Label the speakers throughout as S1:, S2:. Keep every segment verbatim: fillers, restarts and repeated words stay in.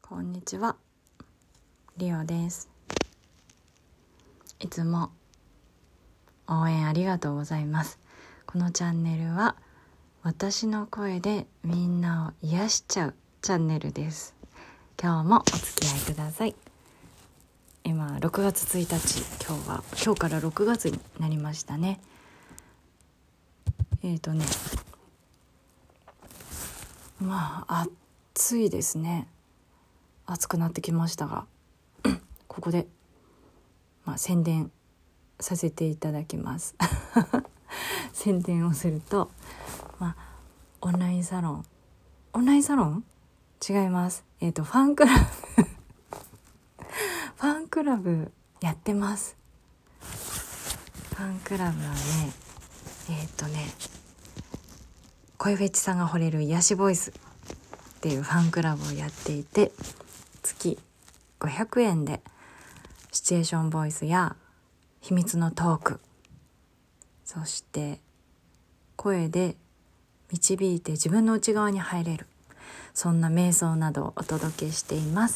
S1: こんにちは、リオです。いつも応援ありがとうございます。このチャンネルは私の声でみんなを癒しちゃうチャンネルです。今日もお付き合いください。今ろくがつついたち、今日は今日からろくがつになりましたね。えーとねまあ暑いですね。暑くなってきましたがここで、まあ、宣伝させていただきます宣伝をすると、まあ、オンラインサロンオンラインサロン違います。えっとファンクラブファンクラブやってます。ファンクラブはねえっとね声フェチさんが惚れる癒しボイスっていうファンクラブをやっていて、月ごひゃくえんでシチュエーションボイスや秘密のトーク、そして声で導いて自分の内側に入れる、そんな瞑想などをお届けしています。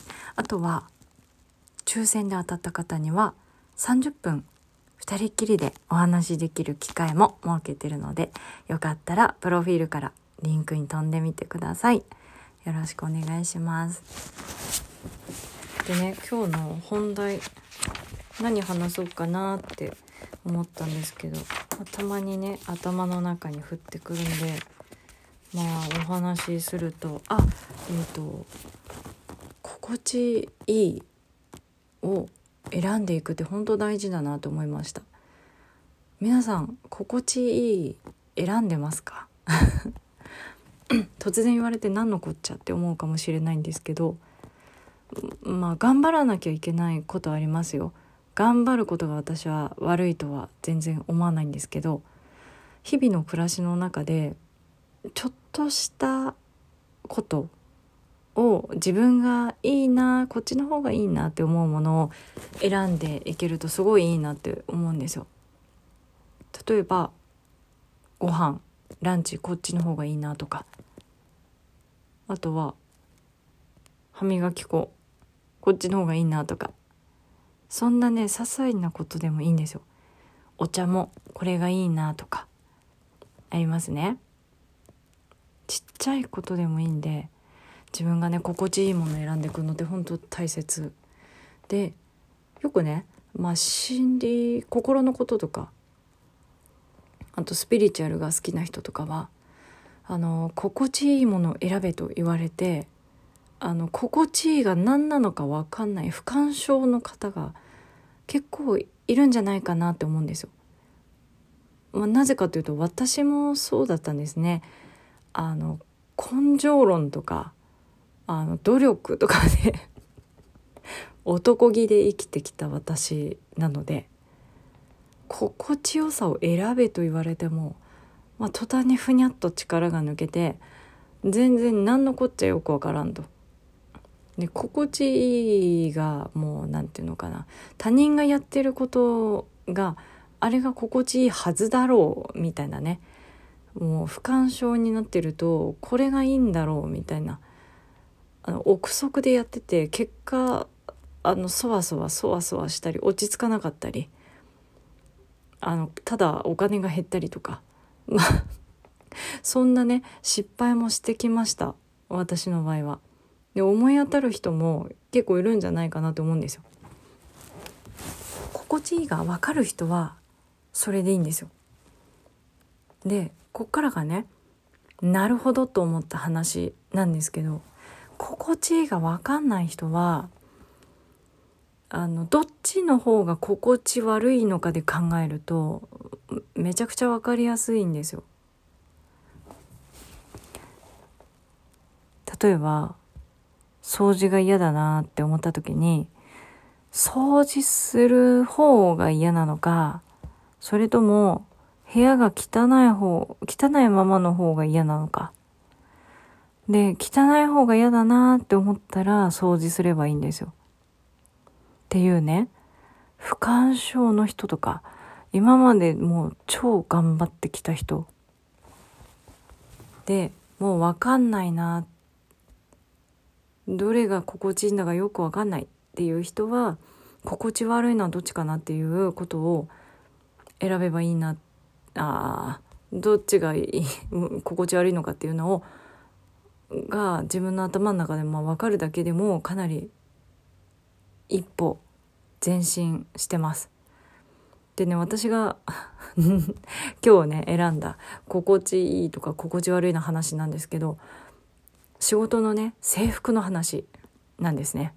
S1: あとは抽選で当たった方にはさんじゅっぷんふたりっきりでお話しできる機会も設けているので、よかったらプロフィールからリンクに飛んでみてください。よろしくお願いします。でね、今日の本題何話そうかなって思ったんですけど、たまにね頭の中に降ってくるんで、まあお話しすると、あえっと心地いいを選んでいくって本当大事だなと思いました。皆さん心地いい選んでますか突然言われて何のこっちゃって思うかもしれないんですけど、まあ頑張らなきゃいけないことありますよ。頑張ることが私は悪いとは全然思わないんですけど、日々の暮らしの中でちょっとしたことを自分がいいな、こっちの方がいいなって思うものを選んでいけるとすごいいいなって思うんですよ。例えばご飯ランチこっちの方がいいなとか、あとは歯磨き粉こっちの方がいいなとか、そんなね些細なことでもいいんですよ。お茶もこれがいいなとかありますね。ちっちゃいことでもいいんで、自分がね心地いいものを選んでいくのって本当大切で、よくねまあ心理心のこととか、あとスピリチュアルが好きな人とかはあの心地いいものを選べと言われて、あの心地いいが何なのか分かんない不干渉の方が結構いるんじゃないかなって思うんですよ。まあ、なぜかというと私もそうだったんですね。あの根性論とかあの努力とかで男気で生きてきた私なので、心地よさを選べと言われても、まあ、途端にふにゃっと力が抜けて全然何のこっちゃよくわからんと。で心地いいがもうなんていうのかな、他人がやってることがあれが心地いいはずだろうみたいなね、もう不干渉になってるとこれがいいんだろうみたいな、あの憶測でやってて結果あのそわそわそわそわしたり落ち着かなかったり、あのただお金が減ったりとかそんなね失敗もしてきました、私の場合は。で思い当たる人も結構いるんじゃないかなと思うんですよ。心地いいが分かる人はそれでいいんですよ。でこっからがねなるほどと思った話なんですけど、心地いいが分かんない人はあのどっちの方が心地悪いのかで考えるとめちゃくちゃ分かりやすいんですよ。例えば掃除が嫌だなって思った時に、掃除する方が嫌なのか、それとも部屋が汚い方汚いままの方が嫌なのかで、汚い方が嫌だなって思ったら掃除すればいいんですよっていうね、不干渉の人とか今までもう超頑張ってきた人でもう分かんないな、 どれが心地いいんだかよくわかんないっていう人は、心地悪いのはどっちかなっていうことを選べばいいな、あどっちがいい心地悪いのかっていうのをが自分の頭の中でも分かるだけでもかなり一歩前進してます。でね、私が今日ね選んだ心地いいとか心地悪いの話なんですけど、仕事のね制服の話なんですね。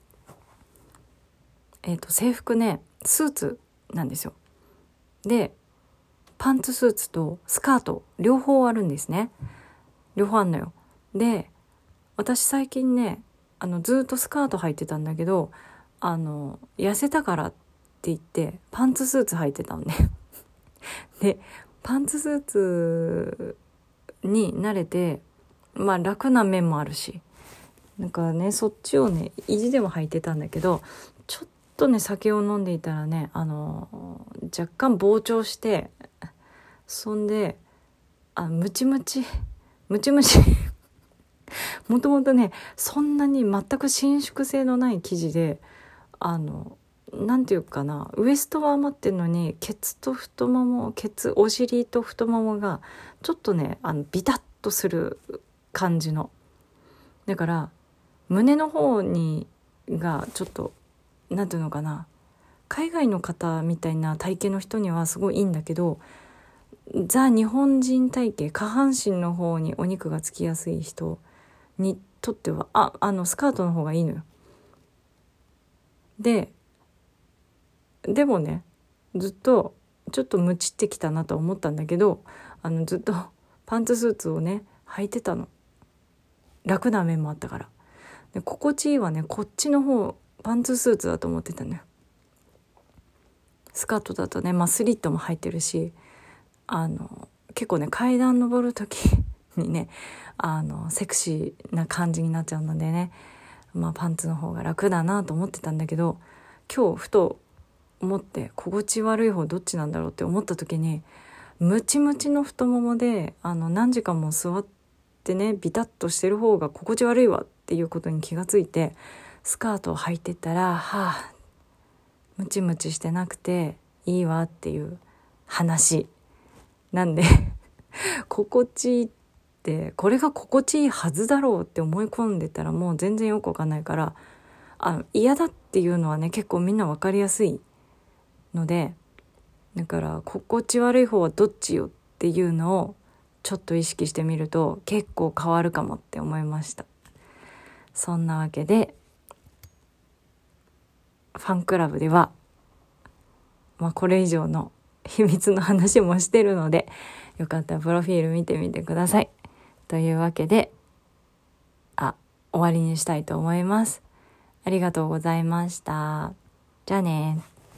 S1: えっと制服ねスーツなんですよ。でパンツスーツとスカート両方あるんですね。両方あんのよ。で私最近ねあのずっとスカート履いてたんだけど、あの痩せたからって言ってパンツスーツ履いてたのねでパンツスーツに慣れて、まあ楽な面もあるし、なんかねそっちをね意地でも履いてたんだけど、ちょっとね酒を飲んでいたらねあの若干膨張して、そんであムチムチムチムチもともとねそんなに全く伸縮性のない生地で、あのなんていうかな、ウエストは余ってるのにケツと太ももケツお尻と太ももがちょっとねあのビタッとする感じの、だから胸の方にがちょっとなんていうのかな、海外の方みたいな体型の人にはすごいいいんだけど、ザ日本人体型下半身の方にお肉がつきやすい人にとってはああのスカートの方がいいのよ。ででもねずっとちょっとムチってきたなと思ったんだけど、あのずっとパンツスーツをね履いてたの。楽な面もあったから。で心地いいはねこっちの方パンツスーツだと思ってたのよ。スカートだとね、まあ、スリットも入ってるし、あの結構ね階段登る時にねあのセクシーな感じになっちゃうのでね、まあ、パンツの方が楽だなと思ってたんだけど、今日ふと思って心地悪い方どっちなんだろうって思った時に、ムチムチの太ももであの何時間も座ってねビタッとしてる方が心地悪いわっていうことに気がついて、スカートを履いてたらはあムチムチしてなくていいわっていう話なんで心地いいってこれが心地いいはずだろうって思い込んでたらもう全然よくわかんないから、あの嫌だっていうのはね結構みんなわかりやすいので、だから心地悪い方はどっちよっていうのをちょっと意識してみると結構変わるかもって思いました。そんなわけでファンクラブでは、まあ、これ以上の秘密の話もしてるので、よかったらプロフィール見てみてください。というわけであ終わりにしたいと思います。ありがとうございました。じゃあね。